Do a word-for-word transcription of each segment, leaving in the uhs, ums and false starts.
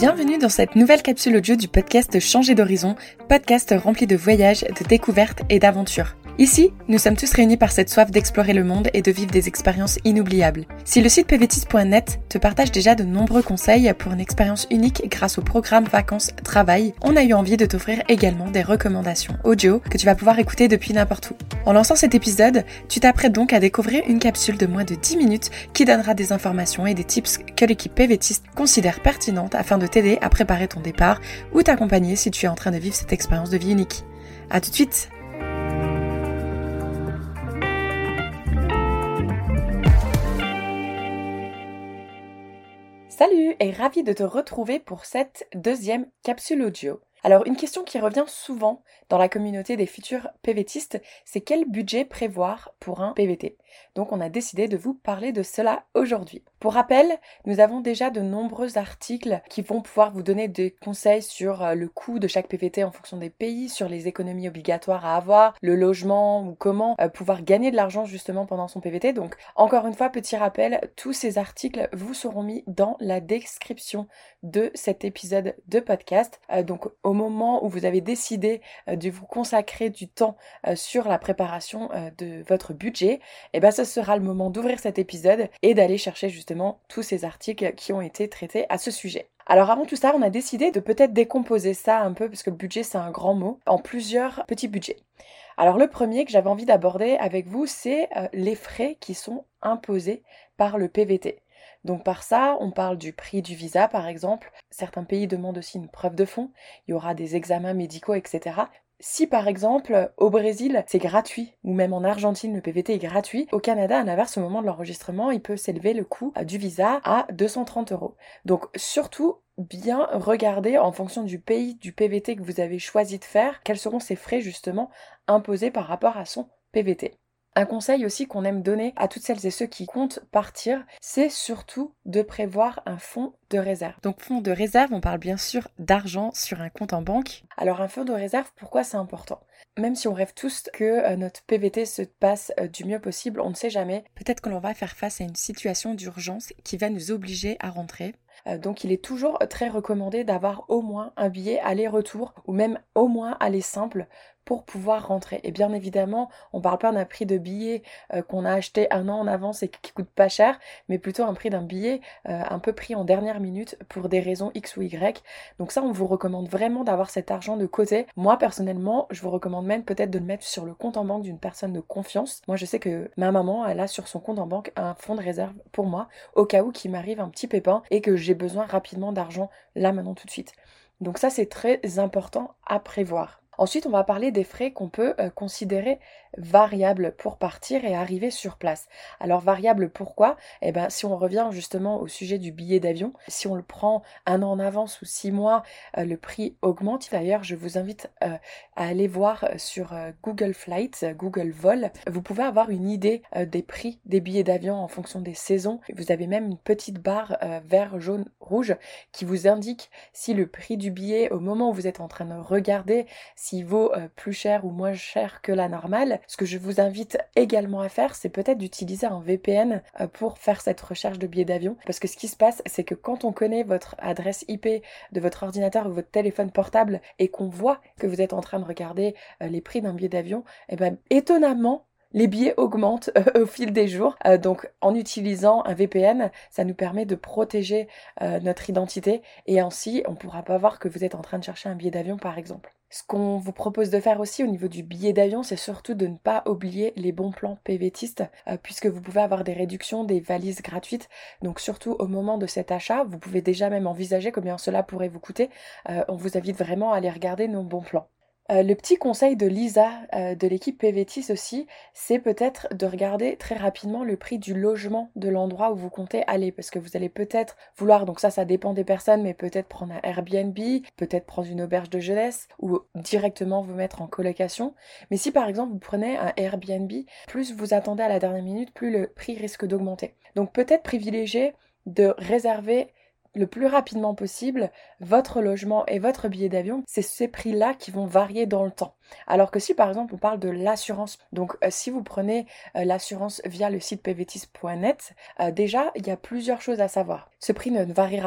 Bienvenue dans cette nouvelle capsule audio du podcast Changer d'horizon, podcast rempli de voyages, de découvertes et d'aventures. Ici, nous sommes tous réunis par cette soif d'explorer le monde et de vivre des expériences inoubliables. Si le site pvtis point net te partage déjà de nombreux conseils pour une expérience unique grâce au programme Vacances-Travail, on a eu envie de t'offrir également des recommandations audio que tu vas pouvoir écouter depuis n'importe où. En lançant cet épisode, tu t'apprêtes donc à découvrir une capsule de moins de dix minutes qui donnera des informations et des tips que l'équipe Pvtis considère pertinentes afin de t'aider à préparer ton départ ou t'accompagner si tu es en train de vivre cette expérience de vie unique. À tout de suite! Salut et ravi de te retrouver pour cette deuxième capsule audio. Alors une question qui revient souvent dans la communauté des futurs PVTistes, c'est quel budget prévoir pour un P V T. Donc on a décidé de vous parler de cela aujourd'hui. Pour rappel, nous avons déjà de nombreux articles qui vont pouvoir vous donner des conseils sur le coût de chaque P V T en fonction des pays, sur les économies obligatoires à avoir, le logement ou comment pouvoir gagner de l'argent justement pendant son P V T. Donc encore une fois, petit rappel, tous ces articles vous seront mis dans la description de cet épisode de podcast. Donc au moment où vous avez décidé de vous consacrer du temps sur la préparation de votre budget, et ben ce sera le moment d'ouvrir cet épisode et d'aller chercher justement tous ces articles qui ont été traités à ce sujet. Alors avant tout ça, on a décidé de peut-être décomposer ça un peu, parce que le budget c'est un grand mot, en plusieurs petits budgets. Alors le premier que j'avais envie d'aborder avec vous, c'est euh, les frais qui sont imposés par le P V T. Donc par ça, on parle du prix du visa par exemple. Certains pays demandent aussi une preuve de fonds, il y aura des examens médicaux, et cetera. Si par exemple au Brésil c'est gratuit, ou même en Argentine le P V T est gratuit, au Canada à l'inverse au moment de l'enregistrement il peut s'élever le coût du visa à deux cent trente euros. Donc surtout bien regarder en fonction du pays du P V T que vous avez choisi de faire, quels seront ces frais justement imposés par rapport à son P V T. Un conseil aussi qu'on aime donner à toutes celles et ceux qui comptent partir, c'est surtout de prévoir un fonds de réserve. Donc fonds de réserve, on parle bien sûr d'argent sur un compte en banque. Alors un fonds de réserve, pourquoi c'est important ? Même si on rêve tous que euh, notre P V T se passe euh, du mieux possible, on ne sait jamais. Peut-être que l'on va faire face à une situation d'urgence qui va nous obliger à rentrer. Euh, donc il est toujours très recommandé d'avoir au moins un billet aller-retour ou même au moins aller simple pour pouvoir rentrer. Et bien évidemment, on ne parle pas d'un prix de billet euh, qu'on a acheté un an en avance et qui coûte pas cher, mais plutôt un prix d'un billet euh, un peu pris en dernière minute pour des raisons X ou Y. Donc ça, on vous recommande vraiment d'avoir cet argent de côté. Moi, personnellement, je vous recommande même peut-être de le mettre sur le compte en banque d'une personne de confiance. Moi, je sais que ma maman, elle a sur son compte en banque un fonds de réserve pour moi, au cas où qu'il m'arrive un petit pépin et que j'ai besoin rapidement d'argent là, maintenant, tout de suite. Donc ça, c'est très important à prévoir. Ensuite, on va parler des frais qu'on peut euh, considérer variables pour partir et arriver sur place. Alors variables pourquoi ? Eh ben, si on revient justement au sujet du billet d'avion, si on le prend un an en avance ou six mois, euh, le prix augmente. D'ailleurs, je vous invite euh, à aller voir sur euh, Google Flights, Google Vol. Vous pouvez avoir une idée euh, des prix des billets d'avion en fonction des saisons. Vous avez même une petite barre euh, vert, jaune, rouge qui vous indique si le prix du billet au moment où vous êtes en train de regarder s'il vaut euh, plus cher ou moins cher que la normale. Ce que je vous invite également à faire, c'est peut-être d'utiliser un V P N euh, pour faire cette recherche de billets d'avion. Parce que ce qui se passe, c'est que quand on connaît votre adresse I P de votre ordinateur ou votre téléphone portable et qu'on voit que vous êtes en train de regarder euh, les prix d'un billet d'avion, et ben étonnamment, les billets augmentent euh, au fil des jours. Euh, donc en utilisant un V P N, ça nous permet de protéger euh, notre identité et ainsi on ne pourra pas voir que vous êtes en train de chercher un billet d'avion par exemple. Ce qu'on vous propose de faire aussi au niveau du billet d'avion, c'est surtout de ne pas oublier les bons plans PVTistes, euh, puisque vous pouvez avoir des réductions, des valises gratuites. Donc surtout au moment de cet achat, vous pouvez déjà même envisager combien cela pourrait vous coûter. Euh, on vous invite vraiment à aller regarder nos bons plans. Euh, le petit conseil de Lisa, euh, de l'équipe Pvtis aussi, c'est peut-être de regarder très rapidement le prix du logement de l'endroit où vous comptez aller, parce que vous allez peut-être vouloir, donc ça, ça dépend des personnes, mais peut-être prendre un Airbnb, peut-être prendre une auberge de jeunesse, ou directement vous mettre en colocation. Mais si par exemple vous prenez un Airbnb, plus vous attendez à la dernière minute, plus le prix risque d'augmenter. Donc peut-être privilégier de réserver le plus rapidement possible votre logement et votre billet d'avion. C'est ces prix-là qui vont varier dans le temps. Alors que si par exemple on parle de l'assurance, donc euh, si vous prenez euh, l'assurance via le site pvtis point net, euh, déjà il y a plusieurs choses à savoir. Ce prix ne variera pas.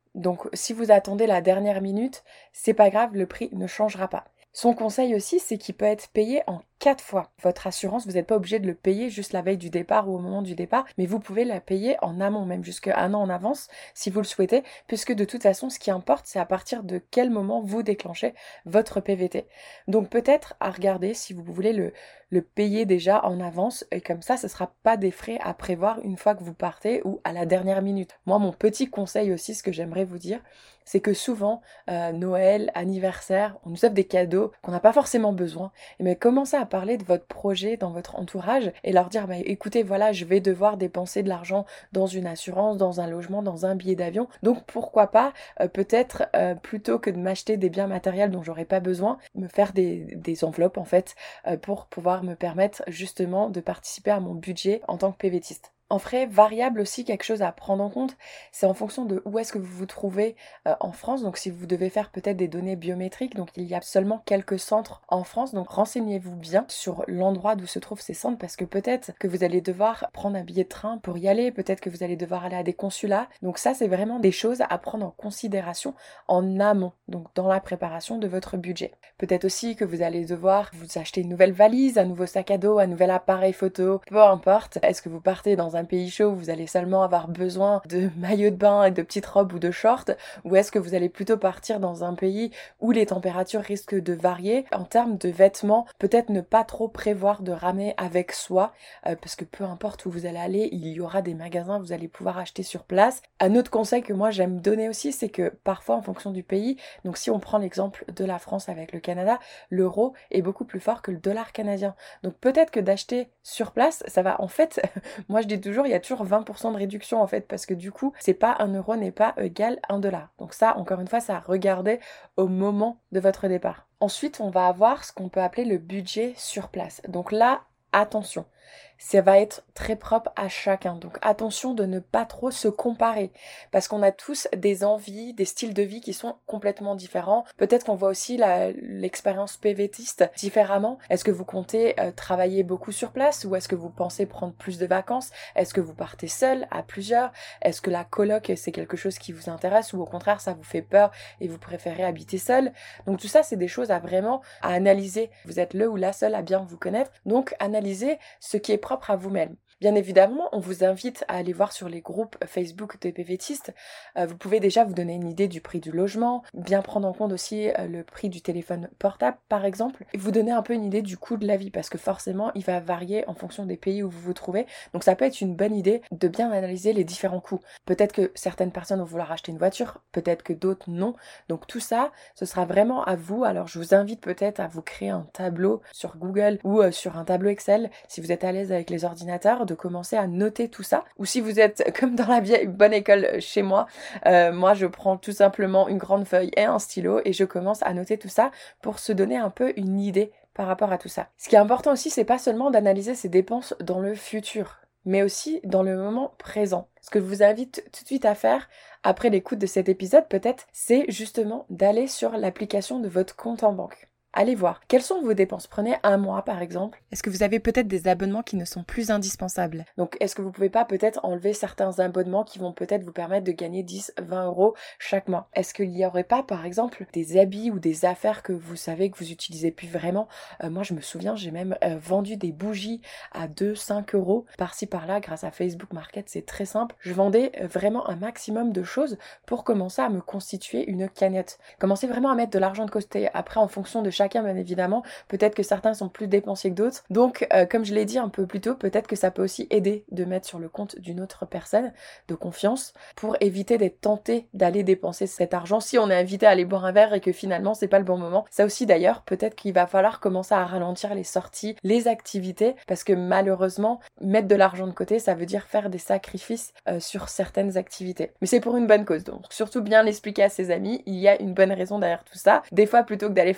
Donc si vous attendez la dernière minute, c'est pas grave, le prix ne changera pas. Son conseil aussi, c'est qu'il peut être payé en quatre fois. Votre assurance, vous n'êtes pas obligé de le payer juste la veille du départ ou au moment du départ, mais vous pouvez la payer en amont, même jusqu'à un an en avance, si vous le souhaitez, puisque de toute façon, ce qui importe, c'est à partir de quel moment vous déclenchez votre P V T. Donc peut-être à regarder si vous voulez le, le payer déjà en avance, et comme ça, ce ne sera pas des frais à prévoir une fois que vous partez ou à la dernière minute. Moi, mon petit conseil aussi, ce que j'aimerais vous dire, c'est que souvent, euh, Noël, anniversaire, on nous offre des cadeaux qu'on n'a pas forcément besoin, mais commencez à parler de votre projet dans votre entourage et leur dire bah, écoutez voilà je vais devoir dépenser de l'argent dans une assurance, dans un logement, dans un billet d'avion, donc pourquoi pas euh, peut-être euh, plutôt que de m'acheter des biens matériels dont j'aurais pas besoin, me faire des, des enveloppes en fait euh, pour pouvoir me permettre justement de participer à mon budget en tant que PVTiste. En frais variable aussi, quelque chose à prendre en compte, c'est en fonction de où est-ce que vous vous trouvez euh, en France. Donc si vous devez faire peut-être des données biométriques, donc il y a seulement quelques centres en France, donc renseignez-vous bien sur l'endroit d'où se trouvent ces centres parce que peut-être que vous allez devoir prendre un billet de train pour y aller, peut-être que vous allez devoir aller à des consulats. Donc ça c'est vraiment des choses à prendre en considération en amont, donc dans la préparation de votre budget. Peut-être aussi que vous allez devoir vous acheter une nouvelle valise, un nouveau sac à dos, un nouvel appareil photo, peu importe. Est-ce que vous partez dans un un pays chaud où vous allez seulement avoir besoin de maillots de bain et de petites robes ou de shorts, ou est-ce que vous allez plutôt partir dans un pays où les températures risquent de varier? En termes de vêtements, peut-être ne pas trop prévoir de ramener avec soi, euh, parce que peu importe où vous allez aller, il y aura des magasins, vous allez pouvoir acheter sur place. Un autre conseil que moi j'aime donner aussi, c'est que parfois en fonction du pays, donc si on prend l'exemple de la France avec le Canada, l'euro est beaucoup plus fort que le dollar canadien. Donc peut-être que d'acheter sur place, ça va en fait, moi je dis toujours, il y a toujours vingt pour cent de réduction en fait, parce que du coup, c'est pas un euro n'est pas égal un dollar. Donc ça, encore une fois, ça à regarder au moment de votre départ. Ensuite, on va avoir ce qu'on peut appeler le budget sur place. Donc là, attention, ça va être très propre à chacun. Donc attention de ne pas trop se comparer parce qu'on a tous des envies, des styles de vie qui sont complètement différents. Peut-être qu'on voit aussi la, l'expérience PVTiste différemment. Est-ce que vous comptez euh, travailler beaucoup sur place ou est-ce que vous pensez prendre plus de vacances? Est-ce que vous partez seul, à plusieurs? Est-ce que la coloc c'est quelque chose qui vous intéresse ou au contraire ça vous fait peur et vous préférez habiter seul? Donc tout ça c'est des choses à vraiment à analyser. Vous êtes le ou la seule à bien vous connaître. Donc analysez ce qui est propre à vous-même. Bien évidemment, on vous invite à aller voir sur les groupes Facebook des PVTistes. Euh, vous pouvez déjà vous donner une idée du prix du logement, bien prendre en compte aussi euh, le prix du téléphone portable par exemple, et vous donner un peu une idée du coût de la vie parce que forcément il va varier en fonction des pays où vous vous trouvez. Donc ça peut être une bonne idée de bien analyser les différents coûts. Peut-être que certaines personnes vont vouloir acheter une voiture, peut-être que d'autres non. Donc tout ça, ce sera vraiment à vous. Alors je vous invite peut-être à vous créer un tableau sur Google ou euh, sur un tableau Excel si vous êtes à l'aise avec les ordinateurs, de commencer à noter tout ça. Ou si vous êtes comme dans la vieille bonne école chez moi, euh, moi je prends tout simplement une grande feuille et un stylo et je commence à noter tout ça pour se donner un peu une idée par rapport à tout ça. Ce qui est important aussi, c'est pas seulement d'analyser ses dépenses dans le futur, mais aussi dans le moment présent. Ce que je vous invite tout de suite à faire, après l'écoute de cet épisode peut-être, c'est justement d'aller sur l'application de votre compte en banque. Allez voir. Quelles sont vos dépenses? Prenez un mois par exemple. Est-ce que vous avez peut-être des abonnements qui ne sont plus indispensables? Donc est-ce que vous pouvez pas peut-être enlever certains abonnements qui vont peut-être vous permettre de gagner dix, vingt euros chaque mois? Est-ce qu'il n'y aurait pas par exemple des habits ou des affaires que vous savez que vous utilisez plus vraiment? euh, Moi je me souviens, j'ai même euh, vendu des bougies à deux, cinq euros par-ci par-là grâce à Facebook Market, c'est très simple. Je vendais euh, vraiment un maximum de choses pour commencer à me constituer une cagnotte. Commencez vraiment à mettre de l'argent de côté. Après en fonction de chacun bien évidemment, peut-être que certains sont plus dépensiers que d'autres, donc euh, comme je l'ai dit un peu plus tôt, peut-être que ça peut aussi aider de mettre sur le compte d'une autre personne de confiance pour éviter d'être tenté d'aller dépenser cet argent si on est invité à aller boire un verre et que finalement c'est pas le bon moment. Ça aussi d'ailleurs, peut-être qu'il va falloir commencer à ralentir les sorties, les activités, parce que malheureusement mettre de l'argent de côté ça veut dire faire des sacrifices euh, sur certaines activités, mais c'est pour une bonne cause, donc surtout bien l'expliquer à ses amis, il y a une bonne raison derrière tout ça. Des fois plutôt que d'aller faire un restaurant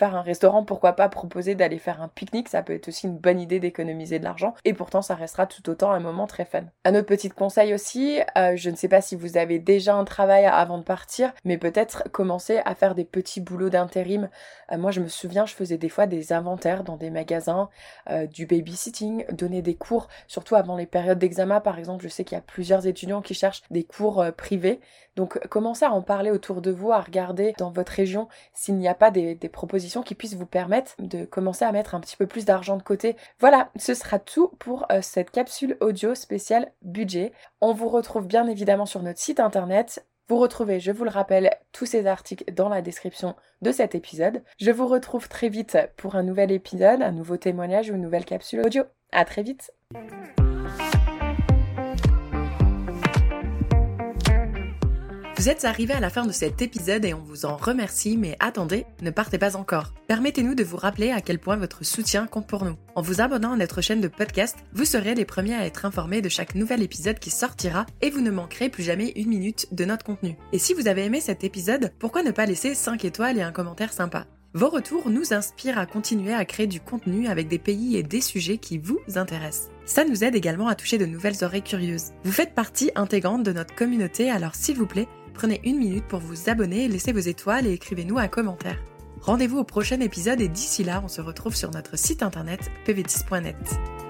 restaurant, pourquoi pas proposer d'aller faire un pique-nique, ça peut être aussi une bonne idée d'économiser de l'argent et pourtant ça restera tout autant un moment très fun. Un autre petit conseil aussi, euh, je ne sais pas si vous avez déjà un travail avant de partir, mais peut-être commencer à faire des petits boulots d'intérim. Euh, moi je me souviens, je faisais des fois des inventaires dans des magasins, euh, du babysitting, donner des cours, surtout avant les périodes d'examen par exemple, je sais qu'il y a plusieurs étudiants qui cherchent des cours euh, privés, donc commencez à en parler autour de vous, à regarder dans votre région s'il n'y a pas des, des propositions qui puissent vous permettre de commencer à mettre un petit peu plus d'argent de côté. Voilà, ce sera tout pour euh, cette capsule audio spéciale budget. On vous retrouve bien évidemment sur notre site internet. Vous retrouvez, je vous le rappelle, tous ces articles dans la description de cet épisode. Je vous retrouve très vite pour un nouvel épisode, un nouveau témoignage ou une nouvelle capsule audio. À très vite. Vous êtes arrivés à la fin de cet épisode et on vous en remercie, mais attendez, ne partez pas encore. Permettez-nous de vous rappeler à quel point votre soutien compte pour nous. En vous abonnant à notre chaîne de podcast, vous serez les premiers à être informés de chaque nouvel épisode qui sortira et vous ne manquerez plus jamais une minute de notre contenu. Et si vous avez aimé cet épisode, pourquoi ne pas laisser cinq étoiles et un commentaire sympa ? Vos retours nous inspirent à continuer à créer du contenu avec des pays et des sujets qui vous intéressent. Ça nous aide également à toucher de nouvelles oreilles curieuses. Vous faites partie intégrante de notre communauté, alors s'il vous plaît, prenez une minute pour vous abonner, laissez vos étoiles et écrivez-nous un commentaire. Rendez-vous au prochain épisode et d'ici là, on se retrouve sur notre site internet p v t i s point net.